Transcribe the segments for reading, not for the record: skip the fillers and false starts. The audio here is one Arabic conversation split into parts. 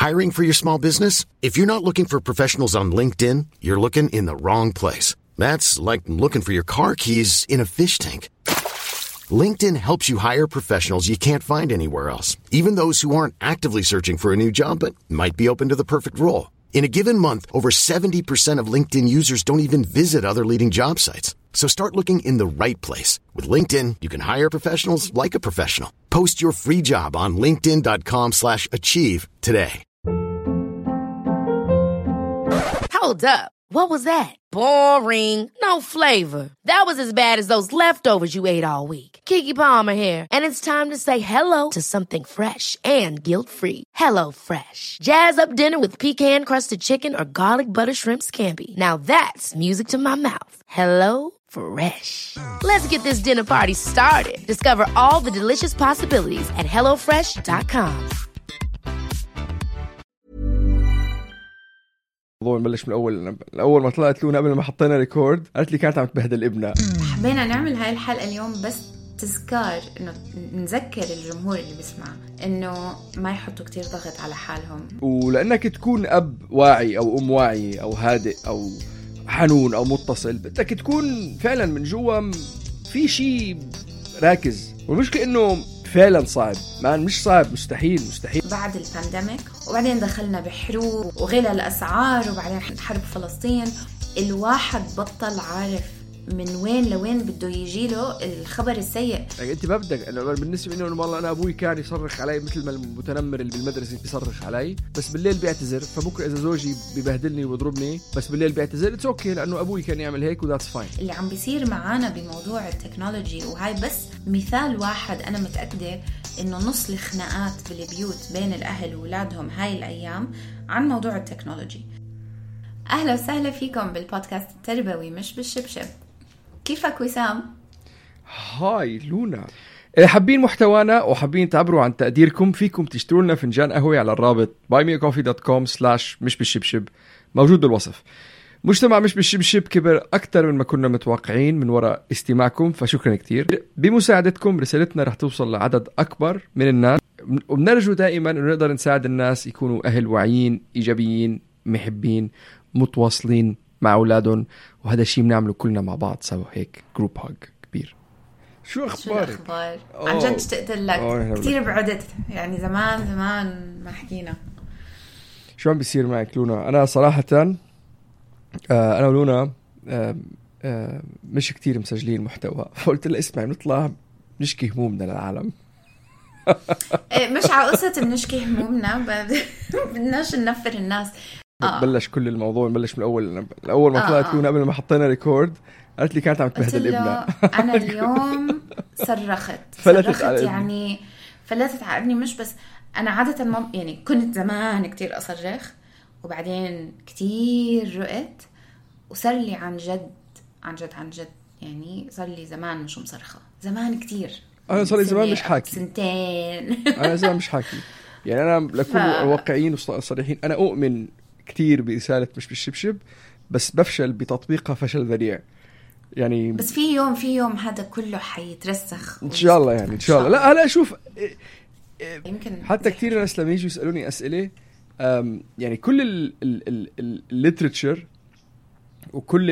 Hiring for your small business? If you're not looking for professionals on LinkedIn, you're looking in the wrong place. That's like looking for your car keys in a fish tank. LinkedIn helps you hire professionals you can't find anywhere else, even those who aren't actively searching for a new job but might be open to the perfect role. In a given month, over 70% of LinkedIn users don't even visit other leading job sites. So start looking in the right place. With LinkedIn, you can hire professionals like a professional. Post your free job on linkedin.com/achieve today. Hold up. What was that? Boring. No flavor. That was as bad as those leftovers you ate all week. Keke Palmer here, and it's time to say hello to something fresh and guilt-free. Hello Fresh. Jazz up dinner with pecan-crusted chicken or garlic butter shrimp scampi. Now that's music to my mouth. Hello Fresh. Let's get this dinner party started. Discover all the delicious possibilities at hellofresh.com. الموضوع نبلش من الأول ما طلعت لونا قبل ما حطينا ريكورد قالت لي كانت عم تبهدل ابنها. حبينا نعمل هاي الحلقة اليوم بس تذكار إنه نذكر الجمهور اللي بيسمع إنه ما يحطوا كتير ضغط على حالهم، ولأنك تكون أب واعي أو أم واعي أو هادئ أو حنون أو متصل، بدك تكون فعلا من جوا في شيء راكز. والمشكلة إنه فعلا صعب، ما مش صعب، مستحيل بعد البانديميك وبعدين دخلنا بحروب وغلى الأسعار وبعدين حرب فلسطين. الواحد بطل عارف من وين لوين بده يجيله الخبر السيء. يعني انت ما بدك، انا بالنسبه لي انه والله انا ابوي كان يصرخ علي مثل ما المتنمر اللي بالمدرسه بيصرخ علي، بس بالليل بيعتذر. فبكره اذا زوجي ببهدلني ويضربني بس بالليل بيعتذر، اتس اوكي، لانه ابوي كان يعمل هيك وذاتس فاين. اللي عم بيصير معانا بموضوع التكنولوجي، وهاي بس مثال واحد، انا متاكده انه نص الخناقات بالبيوت بين الاهل واولادهم هاي الايام عن موضوع التكنولوجي. اهلا وسهلا فيكم بالبودكاست التربوي مش بالشبشب. كيفك وسام؟ هاي لونا. حابين محتوانا وحابين تعبروا عن تقديركم، فيكم تشتروا لنا فنجان قهوة على الرابط buymeacoffee.com/مش بالشبشب موجود بالوصف. مجتمع مش بالشبشب كبر أكتر من ما كنا متوقعين من وراء استماعكم، فشكرا كتير. بمساعدتكم رسالتنا رح توصل لعدد أكبر من الناس، وبنرجو دائما أنه نقدر نساعد الناس يكونوا أهل واعيين إيجابيين محبين متواصلين مع أولادهم، وهذا الشيء بنعمله كلنا مع بعض سوا هيك جروب هاج كبير. شو أخبارك؟ عن جد اشتقت لك كتير، بعدت يعني زمان ما حكينا. شو عم بيصير معك لونا؟ أنا صراحة أنا ولونا مش كتير مسجلين محتوى، فقلت لها اسمع نطلع نشكي همومنا للعالم. مش على قصة بنشكي همومنا، بدناش ننفر الناس. بلش كل الموضوع نبلش من الأول ما طلعت لونا قبل ما حطينا ريكورد قالت لي كانت عم تبهدل ابنها. أنا اليوم صرخت يعني فلتت عقلي. مش بس أنا عادة يعني كنت زمان كتير أصرخ، وبعدين كتير رقت، وصار لي عن جد يعني صار لي زمان مش مصرخة، زمان كتير. أنا صار لي زمان مش حاكي، سنتين. أنا زمان مش حاكي يعني. أنا لكل واقعيين وصريحين، أنا أؤمن كتير برسالة مش بالشبشب، بس بفشل بتطبيقها فشل ذريع يعني. بس في يوم هذا كله حيترسخ إن شاء الله يعني إن شاء الله. لا هلا شوف، يمكن حتى كتير ناس لما يجوا يسألوني أسئلة، يعني كل الليتراتشر وكل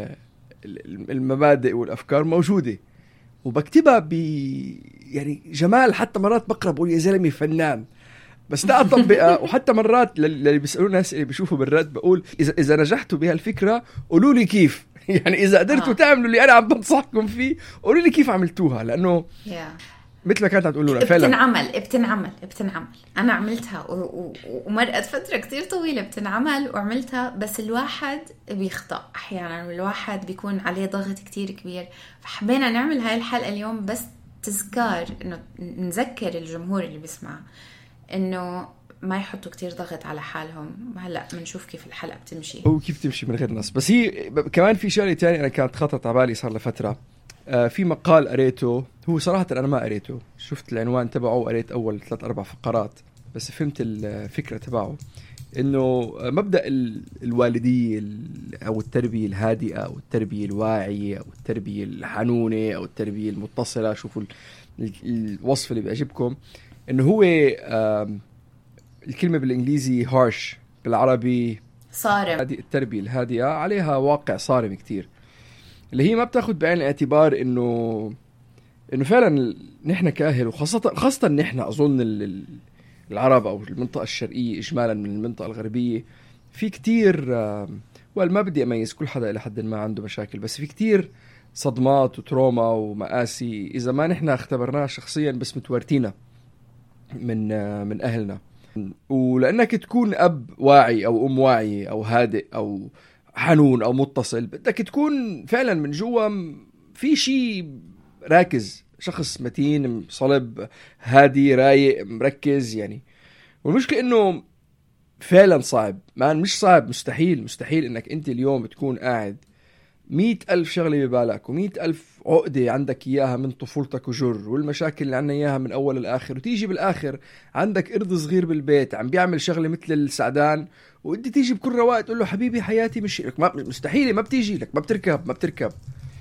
المبادئ والأفكار موجودة وبكتبها يعني جمال. حتى مرات بقرأ بقول يا زلمي فنان، بس لا أطبقها. وحتى مرات اللي بيسألونا أسئلة بيشوفوا بالرد بقول إذا نجحتوا بهالفكرة قولوا لي كيف. يعني إذا قدرتوا تعملوا اللي أنا عم بنصحكم فيه قولوا لي كيف عملتوها، لأنه مثل ما كانت عم تقولوا فعلا بتنعمل. أنا عملتها ومرقت فترة كتير طويلة بتنعمل وعملتها، بس الواحد بيخطأ أحيانا والواحد بيكون عليه ضغط كتير كبير. فحبينا نعمل هاي الحلقة اليوم بس تذكار إنه نذكر الجمهور اللي بيسمع إنه ما يحطوا كتير ضغط على حالهم. هلأ بنشوف كيف الحلقة بتمشي وكيف تمشي من غير نص. بس هي كمان في شغلة تانية أنا كانت خطط على بالي صار لفترة. في مقال قريته، هو صراحة أنا ما قريته، شفت العنوان تبعه وقريت أول 3-4 فقرات بس فهمت الفكرة تبعه. إنه مبدأ الوالدية أو التربية الهادئة أو التربية الواعية أو التربية الحنونة أو التربية المتصلة، شوفوا الوصف اللي بيعجبكم، إنه هو الكلمة بالإنجليزي harsh، بالعربي صارم. هذه التربية الهادئة عليها واقع صارم كتير، اللي هي ما بتاخد بعين الاعتبار إنه فعلا نحن كأهل، وخاصة نحن أظن العرب أو المنطقة الشرقية إجمالا من المنطقة الغربية، في كتير ما بدي أميز، كل حدا إلى حد ما عنده مشاكل، بس في كتير صدمات وتروما ومآسي إذا ما نحن اختبرناها شخصيا بس متورتينا من أهلنا. ولأنك تكون أب واعي أو أم واعية أو هادئ أو حنون أو متصل، بدك تكون فعلا من جوا في شيء راكز، شخص متين صلب هادي رايق مركز يعني. والمشكلة إنه فعلا صعب، مش صعب، مستحيل إنك أنت اليوم تكون قاعد 100,000 شغلة ببالك و100,000 عقدة عندك إياها من طفولتك وجر والمشاكل اللي عنا إياها من أول لآخر، وتيجي بالآخر عندك قرد صغير بالبيت عم بيعمل شغلة مثل السعدان، وانت تيجي بكل رواق تقول له حبيبي حياتي مش لك، مستحيل، ما بتيجي لك، ما بتركب.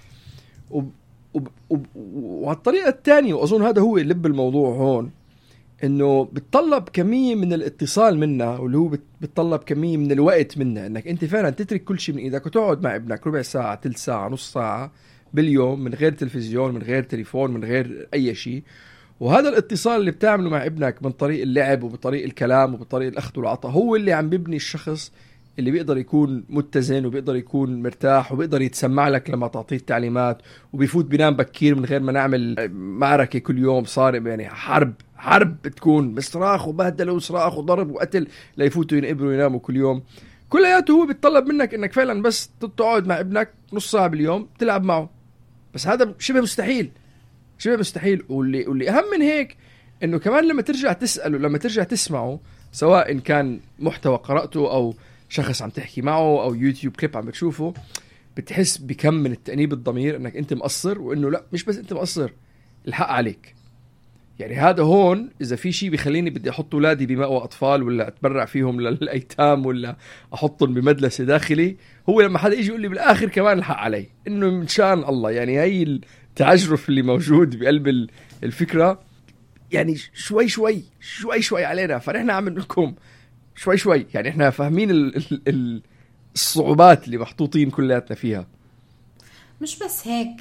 وهالطريقة الثانية، وأظن هذا هو لب الموضوع هون، انه بتطلب كمية من الاتصال منا، واللي هو بتطلب كمية من الوقت منا، انك انت فعلا تترك كل شيء من ايدك وتقعد مع ابنك ربع ساعة، ثلث ساعة، نص ساعة باليوم، من غير تلفزيون، من غير تليفون، من غير اي شيء. وهذا الاتصال اللي بتعمله مع ابنك من طريق اللعب وبطريق الكلام وبطريق الاخذ والعطاء، هو اللي عم بيبني الشخص اللي بيقدر يكون متزن وبيقدر يكون مرتاح وبيقدر يتسمع لك لما تعطيه التعليمات، وبيفوت بينام بكير من غير ما نعمل معركة كل يوم صارم، يعني حرب بتكون بصراخ وبهدله وصراخ وضرب وقتل ليفوتوا ينقبروا ويناموا كل يوم. كلياته هو بيتطلب منك انك فعلا بس تقعد مع ابنك نص ساعة باليوم تلعب معه، بس هذا شبه مستحيل. واللي اهم من هيك انه كمان لما ترجع تسأله، لما ترجع تسمعه، سواء إن كان محتوى قرأته او شخص عم تحكي معه او يوتيوب كليب عم بتشوفه، بتحس بكم من التأنيب الضمير انك انت مقصر، وانه لا، مش بس انت مقصر، الحق عليك. يعني هذا هون اذا في شيء بيخليني بدي احط اولادي بمأوى اطفال، ولا اتبرع فيهم للايتام، ولا احطهم بمدرسة داخلي، هو لما حدا يجي يقول لي بالاخر كمان الحق علي، انه من شان الله، يعني هاي التعجرف اللي موجود بقلب الفكرة، يعني شوي علينا. فنحن عم نقول شوي، يعني احنا فاهمين الصعوبات اللي محطوطين كلياتنا فيها. مش بس هيك،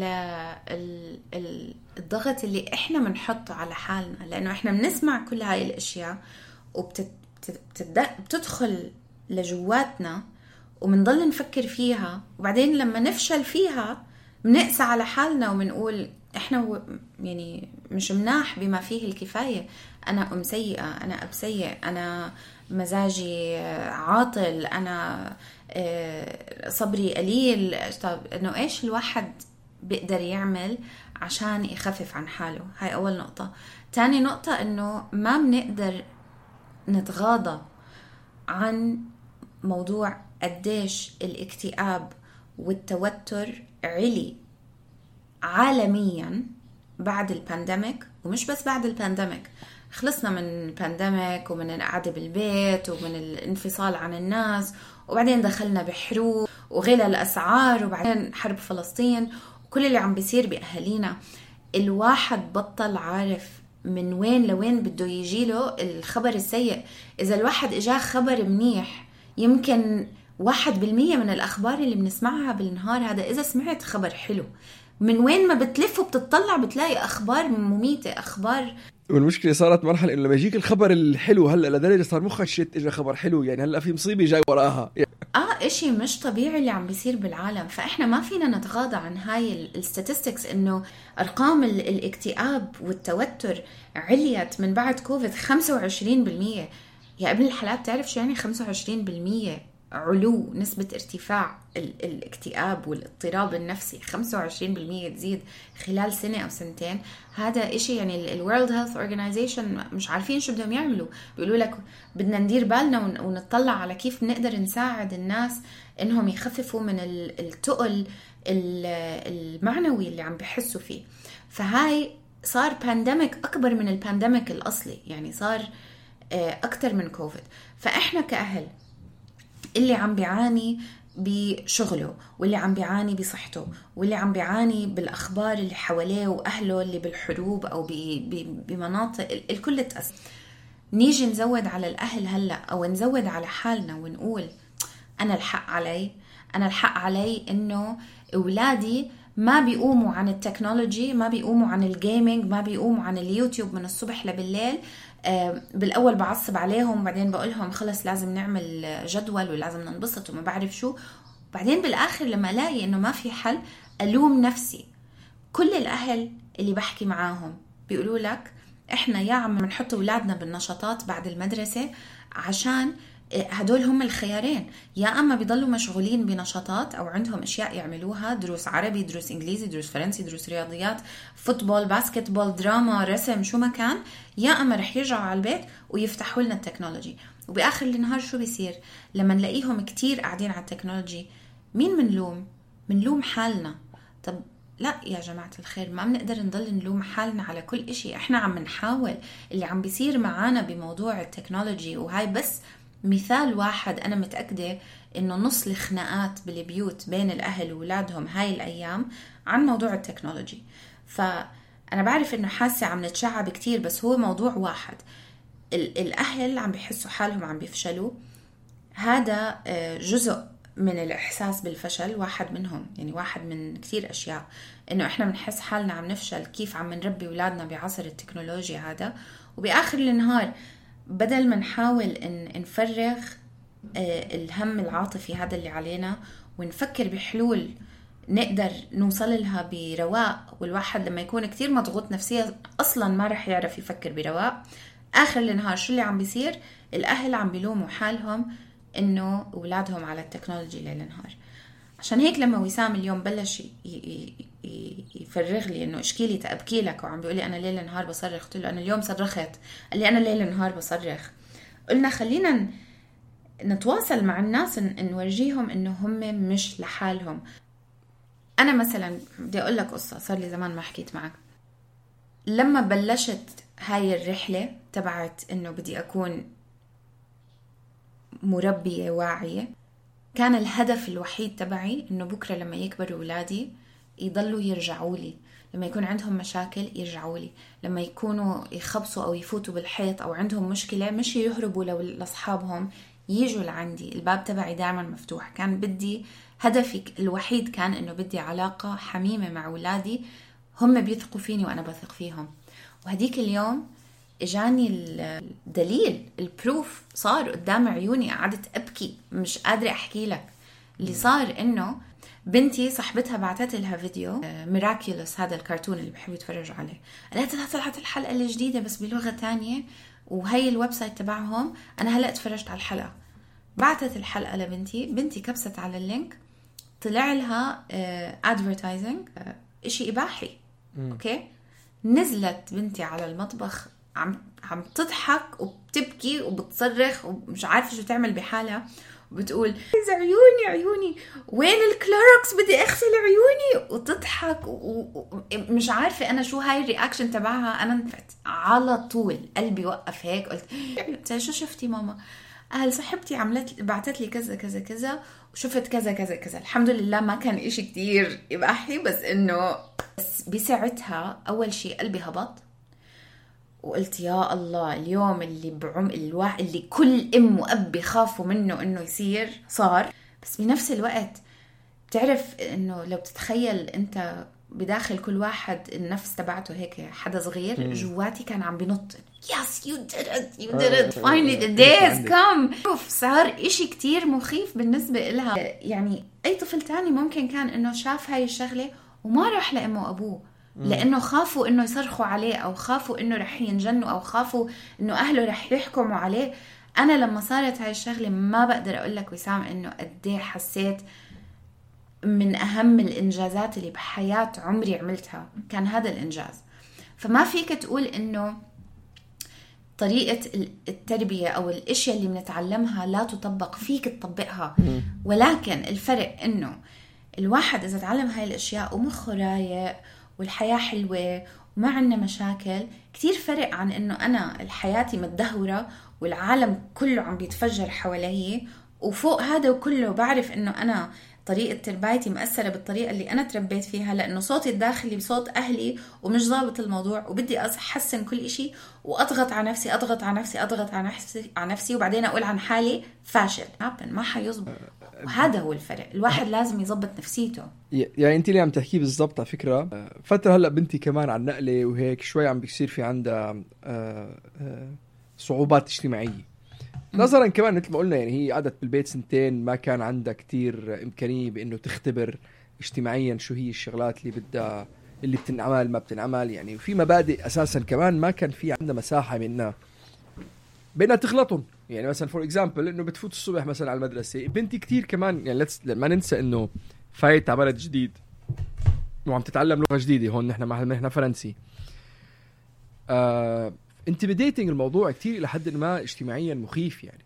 الضغط اللي احنا بنحطه على حالنا، لانه احنا بنسمع كل هاي الاشياء وبتدخل لجواتنا وبنضل نفكر فيها، وبعدين لما نفشل فيها بنقسى على حالنا وبنقول احنا يعني مش مناح بما فيه الكفاية، انا ام سيئة، انا اب سيء، انا مزاجي عاطل، انا صبري قليل. طب انه ايش الواحد بيقدر يعمل عشان يخفف عن حاله؟ هاي اول نقطة. تاني نقطة انه ما بنقدر نتغاضى عن موضوع قديش الاكتئاب والتوتر علي عالميا بعد البانديميك. ومش بس بعد البانديميك، خلصنا من البانديميك ومن القعدة بالبيت ومن الانفصال عن الناس، وبعدين دخلنا بحروب وغلى الأسعار، وبعدين حرب فلسطين وكل اللي عم بيصير بأهالينا. الواحد بطل عارف من وين لوين بده يجيله الخبر السيء. إذا الواحد إجاه خبر منيح، يمكن 1% من الأخبار اللي بنسمعها بالنهار هذا. إذا سمعت خبر حلو، من وين ما بتلف وبتطلع بتلاقي أخبار مميتة، أخبار. والمشكلة صارت مرحلة إنه لما يجيك الخبر الحلو هلأ لدرجة صار مخك شت إجا خبر حلو، يعني هلأ في مصيبة جاي وراها. إشي مش طبيعي اللي عم بيصير بالعالم. فإحنا ما فينا نتغاضى عن هاي الستاتستكس، إنه أرقام الاكتئاب والتوتر عليت من بعد كوفيد 25%. يا ابن الحلال، تعرف شو يعني 25% علو نسبة ارتفاع الاكتئاب والاضطراب النفسي؟ 25% تزيد خلال سنة أو سنتين. هذا إشي يعني الورلد هيلث أورجانيزيشن مش عارفين شو بدهم يعملوا. بيقولوا لك بدنا ندير بالنا ونطلع على كيف نقدر نساعد الناس إنهم يخففوا من التقل المعنوي اللي عم بيحسوا فيه. فهاي صار بانديميك أكبر من البانديميك الأصلي، يعني صار أكتر من كوفيد. فإحنا كأهل اللي عم بيعاني بشغله، واللي عم بيعاني بصحته، واللي عم بيعاني بالأخبار اللي حواليه وأهله اللي بالحروب أو بمناطق الكل تأثر، نيجي نزود على الأهل هلأ أو نزود على حالنا ونقول أنا الحق علي إنه أولادي ما بيقوموا عن التكنولوجي، ما بيقوموا عن الجيمينج، ما بيقوموا عن اليوتيوب من الصبح لبالليل. بالأول بعصب عليهم، بعدين بقولهم خلص لازم نعمل جدول ولازم ننبسط وما بعرف شو. بعدين بالآخر لما ألاقي إنه ما في حل ألوم نفسي. كل الأهل اللي بحكي معاهم بيقولوا لك إحنا يا عم بنحط أولادنا بالنشاطات بعد المدرسة عشان هدول هم الخيارين، يا أما بيضلوا مشغولين بنشاطات أو عندهم أشياء يعملوها، دروس عربي، دروس إنجليزي، دروس فرنسي، دروس رياضيات، فوتبول، باسكتبول، دراما، رسم، شو ما كان، يا أما رح يرجعوا على البيت ويفتحوا لنا التكنولوجي. وبآخر النهار شو بيصير لما نلاقيهم كتير قاعدين على التكنولوجي؟ مين منلوم حالنا. طب لا يا جماعة الخير، ما بنقدر نضل نلوم حالنا على كل إشي. إحنا عم نحاول. اللي عم بيصير معانا بموضوع التكنولوجي، وهاي بس مثال واحد، أنا متأكدة إنه نص الخناقات بالبيوت بين الأهل وولادهم هاي الأيام عن موضوع التكنولوجي. فأنا بعرف إنه حاسة عم نتشعب كتير، بس هو موضوع واحد. الأهل عم بيحسوا حالهم عم بيفشلوا، هذا جزء من الإحساس بالفشل، واحد منهم، يعني واحد من كتير أشياء، إنه إحنا بنحس حالنا عم نفشل كيف عم نربي أولادنا بعصر التكنولوجيا هذا. وبآخر النهار بدل ما نحاول إن نفرغ الهم العاطفي هذا اللي علينا ونفكر بحلول نقدر نوصل لها برواق، والواحد لما يكون كتير مضغوط نفسيا أصلا ما رح يعرف يفكر برواق، آخر النهار شو اللي عم بيصير؟ الأهل عم بيلوموا حالهم إنه أولادهم على التكنولوجي ليل نهار. عشان هيك لما وسام اليوم بلش يفرغ لي إنه اشكيلي تأبكي لك، وعم بيقولي أنا ليل نهار بصرخ، قلت له أنا اليوم صرخت، قال لي أنا ليل نهار بصرخ. قلنا خلينا نتواصل مع الناس، نورجيهم إنه هم مش لحالهم. أنا مثلا بدي أقول لك قصة، صار لي زمان ما حكيت معك. لما بلشت هاي الرحلة تبعت إنه بدي أكون مربية واعية، كان الهدف الوحيد تبعي إنه بكرة لما يكبروا أولادي يضلوا يرجعوا لي، لما يكون عندهم مشاكل يرجعوا لي، لما يكونوا يخبصوا أو يفوتوا بالحيط أو عندهم مشكلة مش يهربوا لأصحابهم، يجوا لعندي. الباب تبعي دائما مفتوح. كان بدي هدفي الوحيد كان إنه بدي علاقة حميمة مع أولادي، هم بيثقوا فيني وأنا بثق فيهم. وهديك اليوم اجاني الدليل، البروف صار قدام عيوني، قعدت ابكي مش قادره احكي لك. اللي صار انه بنتي صاحبتها بعتت لها فيديو ميراكيولوس، هذا الكرتون اللي بحبوا يتفرجوا عليه، قالت لها طلعت الحلقه الجديده بس بلغه تانية وهي الويب سايت تبعهم، انا هلا اتفرجت على الحلقه. بعتت الحلقه لبنتي، بنتي كبست على اللينك، طلع لها ادفرتايزنج، اشي اباحي. اوكي، نزلت بنتي على المطبخ عم تضحك وبتبكي وبتصرخ ومش عارفة شو تعمل بحالها، وبتقول عيوني وين الكلوركس، بدي اغسل عيوني، وتضحك ومش عارفة انا شو هاي الرياكشن تبعها. انا على طول قلبي وقف هيك، قلت شو شفتي ماما؟ قال صاحبتي بعتت لي كذا كذا كذا وشفت كذا كذا كذا. الحمد لله ما كان اشي كتير يباحي، بس انه بس بساعتها اول شي قلبي هبط، وقلت يا الله، اليوم اللي كل ام واب بيخافوا منه انه يصير صار. بس بنفس الوقت بتعرف انه لو تتخيل انت بداخل كل واحد النفس تبعته هيك حدا صغير جواتي كان عم بينط، yes you did it finally the day has come. شوف صار اشي كتير مخيف بالنسبة لها. يعني اي طفل تاني ممكن كان انه شاف هاي الشغلة وما راح لأمه وابوه، لأنه خافوا إنه يصرخوا عليه، أو خافوا إنه رح ينجنوا، أو خافوا إنه أهله رح يحكموا عليه. أنا لما صارت هاي الشغلة ما بقدر أقول لك وسام إنه قديه حسيت من أهم الإنجازات اللي بحياة عمري عملتها كان هذا الإنجاز. فما فيك تقول إنه طريقة التربية أو الأشياء اللي بنتعلمها لا تطبق، فيك تطبقها. ولكن الفرق إنه الواحد إذا تعلم هاي الأشياء ومخه رايق والحياة حلوة وما عنا مشاكل، كتير فرق عن إنه أنا الحياتي متدهورة والعالم كله عم بيتفجر حواليه، وفوق هذا وكله بعرف إنه أنا طريقة تربايتي مأثرة بالطريقة اللي أنا تربيت فيها، لأنه صوتي الداخلي بصوت أهلي ومش ضابط الموضوع، وبدي أحسن كل إشي وأضغط على نفسي أضغط على نفسي وبعدين أقول عن حالي فاشل. ما حيظبط. وهذا هو الفرق. الواحد لازم يضبط نفسيته. يعني انت اللي عم تحكيه بالضبط. على فكرة فترة هلأ بنتي كمان عن نقلة وهيك شوي عم بيصير في عندها صعوبات اجتماعية، نظرا كمان مثل ما قلنا يعني هي قعدت بالبيت 2 ما كان عندها كتير إمكانية بأنه تختبر اجتماعيا شو هي الشغلات اللي بدها اللي بتنعمل ما بتنعمل. يعني في مبادئ أساسا كمان ما كان في عندها مساحة بينها تخلطهم. يعني مثلا فور اكزامبل انه بتفوت الصبح مثلا على المدرسة، بنتي كتير كمان يعني ما ننسى انه فايت على بلد جديد وعم تتعلم لغة جديدة. هون نحن فرنسي. انتميديتنج الموضوع كتير إلى حد ما اجتماعيا مخيف يعني.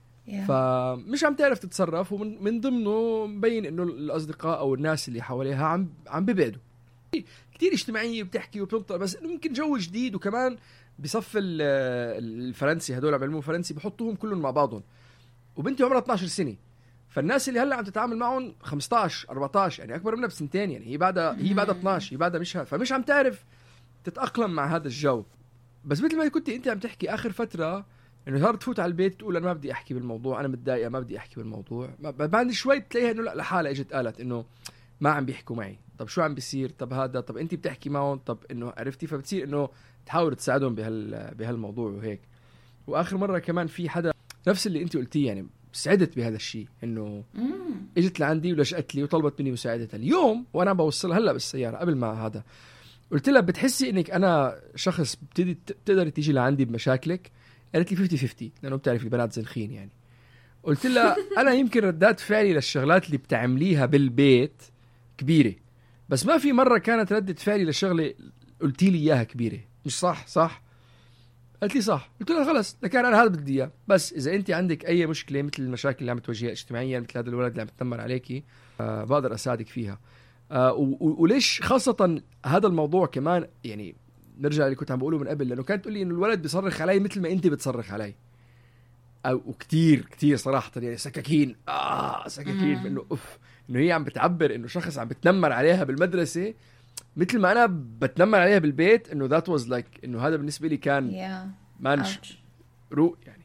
فمش عم تعرف تتصرف، ومن ضمنه مبين انه الاصدقاء او الناس اللي حواليها عم ببعدوا. كتير اجتماعية بتحكي وبتنطق، بس انه ممكن جو جديد. وكمان بصف الفرنسي هدول علموا فرنسي بحطوهم كلهم مع بعضهم، وبنتي عمرها 12 سنة، فالناس اللي هلا عم تتعامل معهم 15 14 يعني اكبر منها ب2 يعني هي بعدها 12 هي بعدها مش فمش عم تعرف تتأقلم مع هذا الجو. بس مثل ما كنت انت عم تحكي اخر فترة انه صارت تفوت على البيت تقول انا ما بدي احكي بالموضوع، انا متضايقه ما بدي احكي بالموضوع. بعد شوي بتلاقيها انه لا لحالها اجت قالت انه ما عم بيحكوا معي. طب شو عم بيصير؟ طب هذا، طب انت بتحكي معهم، طب انه عرفتي. فبتصير انه تحاول تساعدهم بهالموضوع وهيك. واخر مره كمان في حدا نفس اللي انت قلتيه، يعني سعدت بهذا الشيء انه اجت لعندي ولجأت لي وطلبت مني مساعدتها اليوم وانا بوصلها هلا بالسياره. قبل ما هذا قلت لها بتحسي انك انا شخص بتقدر تيجي لعندي بمشاكلك؟ قالت لي 50-50 لانه بتعرف البنات زنخين يعني. قلت لها انا يمكن ردات فعلي للشغلات اللي بتعمليها بالبيت كبيره، بس ما في مره كانت ردة فعلي للشغله قلتي لي اياها كبيره. مش صح؟ قالت لي صح. قلت لها خلص لكن انا هذا بدي اياه، بس اذا انت عندك اي مشكله مثل المشاكل اللي عم تواجهها اجتماعيا مثل هذا الولد اللي عم يتنمر عليكي بقدر اساعدك فيها. وليش خاصه هذا الموضوع كمان يعني نرجع اللي كنت عم بقوله من قبل، لانه كانت تقول لي انه الولد بيصرخ علي مثل ما انت بتصرخ علي، او كتير صراحه يعني سكاكين سكاكين انه انه هي عم بتعبر انه شخص عم بتنمر عليها بالمدرسه مثل ما انا بتنمر عليها بالبيت. انه ذات واز لايك انه هذا بالنسبه لي كان مانش روق يعني.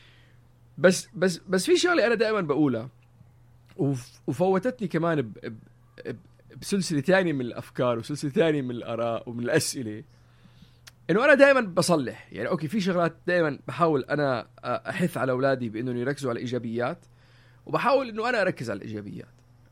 بس في شغله انا دائما بقولها وفوتتني كمان بسلسله ثانيه من الافكار وسلسله ثانيه من الاراء ومن الاسئله، انه انا دائما بصلح. يعني اوكي في شغلات دائما بحاول انا احث على اولادي بانه يركزوا على الايجابيات، وبحاول انه انا اركز على الايجابيات.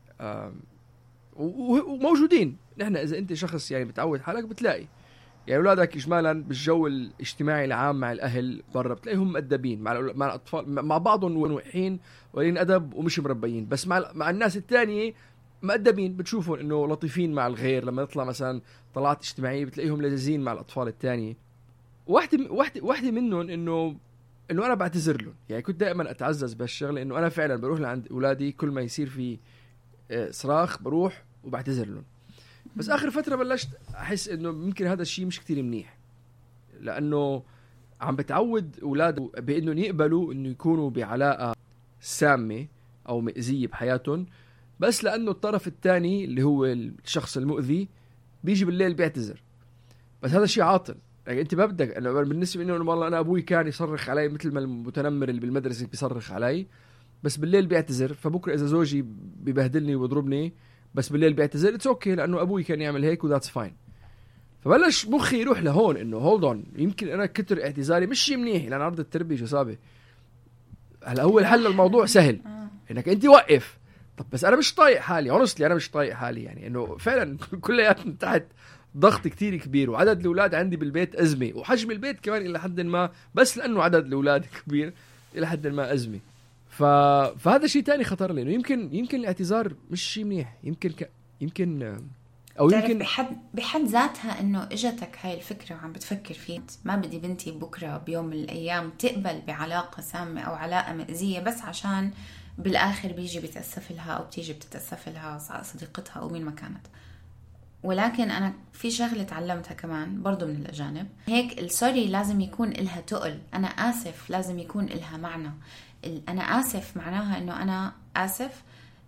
وموجودين نحن. اذا انت شخص يعني بتعود حالك بتلاقي يعني اولادك اجمالا بالجو الاجتماعي العام مع الاهل برا بتلاقيهم مؤدبين مع الاطفال، مع بعضهم ونوحين ولين ادب ومش مربيين، بس مع الناس الثانيه مؤدبين. بتشوفهم انه لطيفين مع الغير. لما يطلع مثلا طلعات اجتماعيه بتلاقيهم لذيذين مع الاطفال الثانيه. واحده منهم انه انا بعتذر لهم. يعني كنت دائما اتعزز بهالشغله انه انا فعلا بروح لعند اولادي كل ما يصير في صراخ بروح وبعتذر لهم. بس اخر فتره بلشت احس انه ممكن هذا الشيء مش كتير منيح، لانه عم بتعود اولاده بانهم يقبلوا انه يكونوا بعلاقه سامه او مؤذيه بحياتهم، بس لانه الطرف الثاني اللي هو الشخص المؤذي بيجي بالليل بيعتذر. بس هذا الشيء عاطل. يعني انت ما بدك. انا بالنسبه لي انه والله انا ابوي كان يصرخ علي مثل ما المتنمر اللي بالمدرسه بيصرخ علي، بس بالليل بيعتذر. فبكره اذا زوجي ببهدلني ويضربني بس بالليل بيعتذر اتس اوكي لانه ابوي كان يعمل هيك وذاتس فاين. فبلش مخي يروح لهون انه هولد اون، يمكن انا كتر اعتذاري مش شيء منيح لان عرض التربيه شو صعبه. هلا هو الحل الموضوع سهل انك انت وقف. طب بس انا مش طايق حالي honestly، انا مش طايق حالي يعني انه فعلا كلياتنا تحت ضغط كتير كبير، وعدد الاولاد عندي بالبيت ازمه، وحجم البيت كمان الى حد ما بس لانه عدد الاولاد كبير الى حد ما ازمه. فهذا شيء تاني خطر لي انه يمكن الاعتذار مش شيء منيح. يمكن او يمكن بحد ذاتها انه اجتك هاي الفكره وعم بتفكر فيه. ما بدي بنتي بكره بيوم من الايام تقبل بعلاقه سامه او علاقه مأذيه بس عشان بالاخر بيجي بيتاسف لها او بتيجي بتتاسف لها صديقتها او مين ما كانت. ولكن انا في شغله تعلمتها كمان برضو من الاجانب، هيك السوري لازم يكون إلها تقل. انا اسف لازم يكون إلها معنى. انا اسف معناها انه انا اسف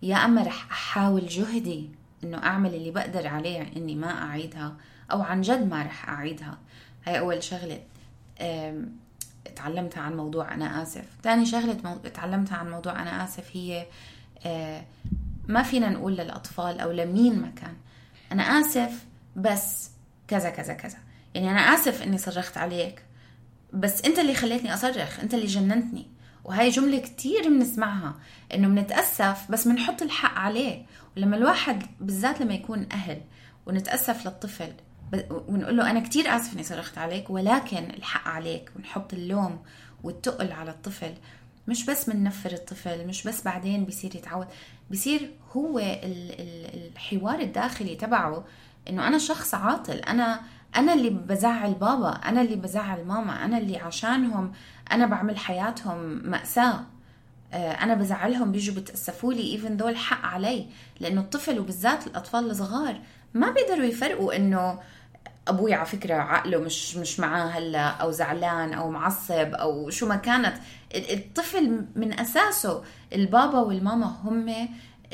يا أما رح أحاول جهدي إنه أعمل اللي بقدر عليه إني ما أعيدها، أو عن جد ما رح أعيدها. هاي أول شغلة اتعلمتها عن موضوع أنا آسف. تاني شغلة اتعلمتها عن موضوع أنا آسف هي ما فينا نقول للأطفال أو لمين ما كان أنا آسف بس كذا كذا كذا. يعني أنا آسف إني صرخت عليك، بس أنت اللي خليتني أصرخ، أنت اللي جننتني. وهاي جملة كتير بنسمعها، إنه بنتأسف بس بنحط الحق عليه. ولما الواحد بالذات لما يكون أهل ونتأسف للطفل ونقول له أنا كتير آسف إني صرخت عليك ولكن الحق عليك، ونحط اللوم والتقل على الطفل، مش بس مننفر الطفل، مش بس بعدين بيصير يتعود، بيصير هو الحوار الداخلي تبعه إنه أنا شخص عاطل، أنا اللي بزعل بابا، أنا اللي بزعل ماما، أنا اللي عشانهم أنا بعمل حياتهم مأساة، أنا بزعلهم بيجوا بتأسفوا لي even though الحق علي. لأنه الطفل وبالذات الأطفال الصغار ما بيقدروا يفرقوا إنه أبوي على فكرة عقله مش معاه هلا، أو زعلان أو معصب أو شو ما كانت. الطفل من أساسه البابا والماما هم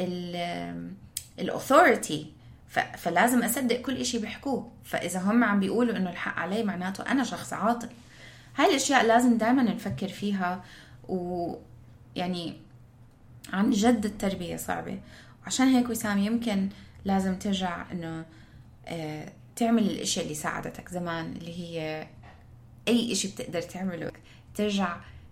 الأوثوريتي، فلازم أصدق كل إشي بيحكوه. فإذا هم عم بيقولوا إنه الحق علي معناته أنا شخص عاطل. هاي الأشياء لازم دائما نفكر فيها. ويعني عن جد التربية صعبة، وعشان هيك وسام يمكن لازم ترجع إنه تعمل الاشياء اللي ساعدتك زمان، اللي هي اي اشي بتقدر تعمله، ترجع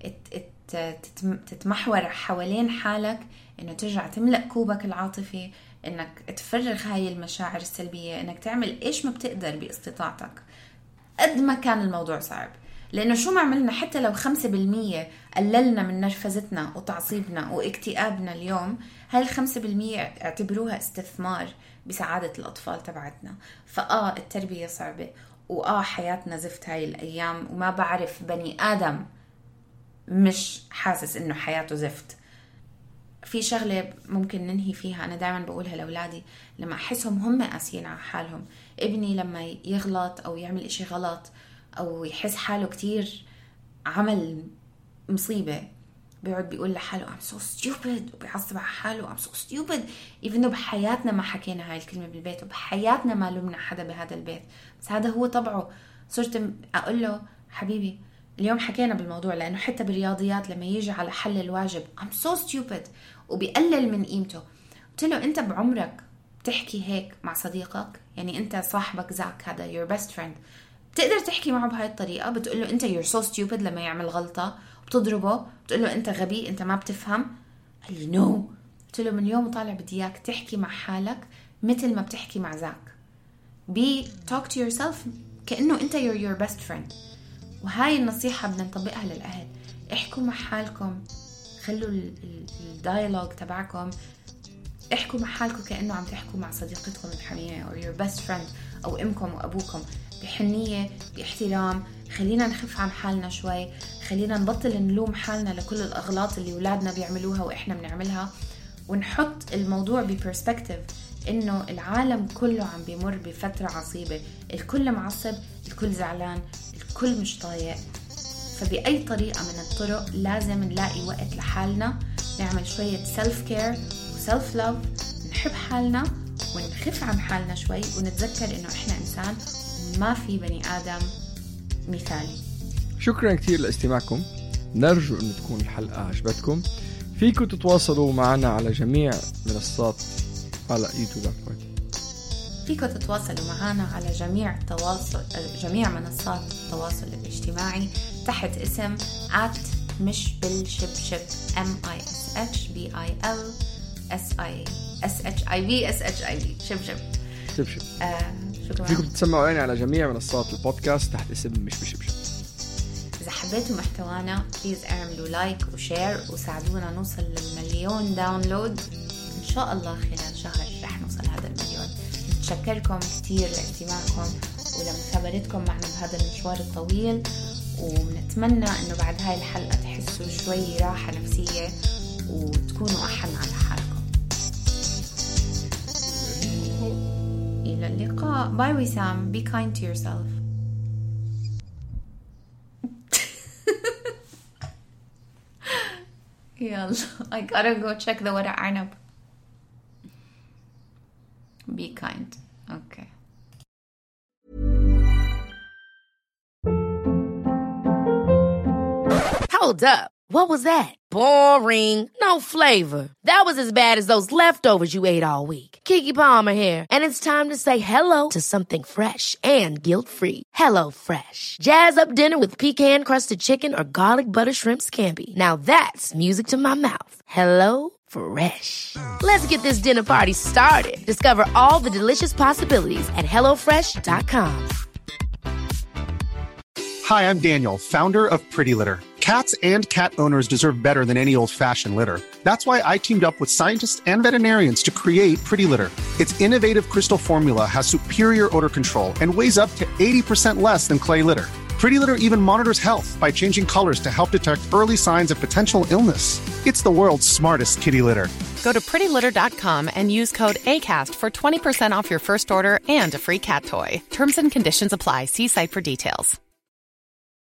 تتمحور حوالين حالك، انه ترجع تملأ كوبك العاطفي، انك تفرغ هاي المشاعر السلبية، انك تعمل ايش ما بتقدر باستطاعتك قد ما كان الموضوع صعب. لانه شو ما عملنا حتى لو 5% قللنا من نرفزتنا وتعصيبنا واكتئابنا اليوم، هاي 5% اعتبروها استثمار بسعادة الأطفال تبعتنا. التربية صعبة، حياتنا زفت هاي الأيام، وما بعرف بني آدم مش حاسس إنه حياته زفت. في شغلة ممكن ننهي فيها، أنا دائما بقولها لأولادي لما أحسهم هم قاسيين على حالهم. ابني لما يغلط أو يعمل إشي غلط أو يحس حاله كتير عمل مصيبة، بيقعد بيقول لحاله I'm so stupid، وبيعصب على حاله I'm so stupid، even though بحياتنا ما حكينا هاي الكلمة بالبيت، وبحياتنا ما لمنا حدا بهذا البيت، بس هذا هو طبعه. صرت أقول له حبيبي اليوم حكينا بالموضوع، لأنه حتى بالرياضيات لما يجي على حل الواجب I'm so stupid وبيقلل من قيمته. قلت له أنت بعمرك تحكي هيك مع صديقك؟ يعني أنت صاحبك زاك هذا your best friend بتقدر تحكي معه بهاي الطريقة؟ بتقول له أنت you're so stupid لما يعمل غلطة، بتضربه، بتقول له أنت غبي، أنت ما بتفهم؟ قال لي no. قلت له من يوم طالع بدي إياك تحكي مع حالك مثل ما بتحكي مع زاك. talk to yourself كأنه أنت you're your best friend. وهاي النصيحة بدنا نطبقها للأهل. احكوا مع حالكم، خلوا الديالوج تبعكم، احكوا مع حالكم كأنه عم تحكوا مع صديقتكم الحميمة أو your best friend أو أمكم وأبوكم، بحنية باحترام. خلينا نخف عن حالنا شوي، خلينا نبطل نلوم حالنا لكل الأغلاط اللي أولادنا بيعملوها وإحنا بنعملها، ونحط الموضوع ببرسبكتيف إنه العالم كله عم بيمر بفترة عصيبة، الكل معصب، الكل زعلان، الكل مش طايق. فبأي طريقة من الطرق لازم نلاقي وقت لحالنا، نعمل شوية self care و self love، نحب حالنا ونخف عن حالنا شوي، ونتذكر إنه إحنا إنسان، ما في بني آدم مثالي. شكرا كتير لاستماعكم، نرجو أن تكون الحلقة عجبتكم. فيكم تتواصلوا معنا على جميع منصات على youtube.com. فيكم تتواصلوا معنا على جميع منصات التواصل الاجتماعي تحت اسم @مشبلشبشب MISHBILSHIB شبشب. شكرا. فيكم تسمعوا علينا على جميع منصات البودكاست تحت اسم مش بشبشب. إذا حبيتوا محتوانا بليز اعملوا لايك وشير وساعدونا نوصل للمليون داونلود. إن شاء الله خلال شهر رح نوصل هذا المليون. نتشكركم كتير لاستماعكم ولمثابرتكم معنا بهذا المشوار الطويل، ونتمنى إنه بعد هاي الحلقة تحسوا شوي راحة نفسية وتكونوا أحن على حالكم. إلى اللقاء. باي وسام. Be kind to yourself. يلا I gotta go check the ورق عنب. Be kind. Okay. Hold up. What was that? Boring. No flavor. That was as bad as those leftovers you ate all week. Keke Palmer here, and it's time to say hello to something fresh and guilt-free. Hello Fresh. Jazz up dinner with pecan-crusted chicken or garlic butter shrimp scampi. Now that's music to my mouth. Hello Fresh. Let's get this dinner party started. Discover all the delicious possibilities at HelloFresh.com. Hi, I'm Daniel, founder of Pretty Litter. Cats and cat owners deserve better than any old-fashioned litter. That's why I teamed up with scientists and veterinarians to create Pretty Litter. Its innovative crystal formula has superior odor control and weighs up to 80% less than clay litter. Pretty Litter even monitors health by changing colors to help detect early signs of potential illness. It's the world's smartest kitty litter. Go to prettylitter.com and use code ACAST for 20% off your first order and a free cat toy. Terms and conditions apply. See site for details.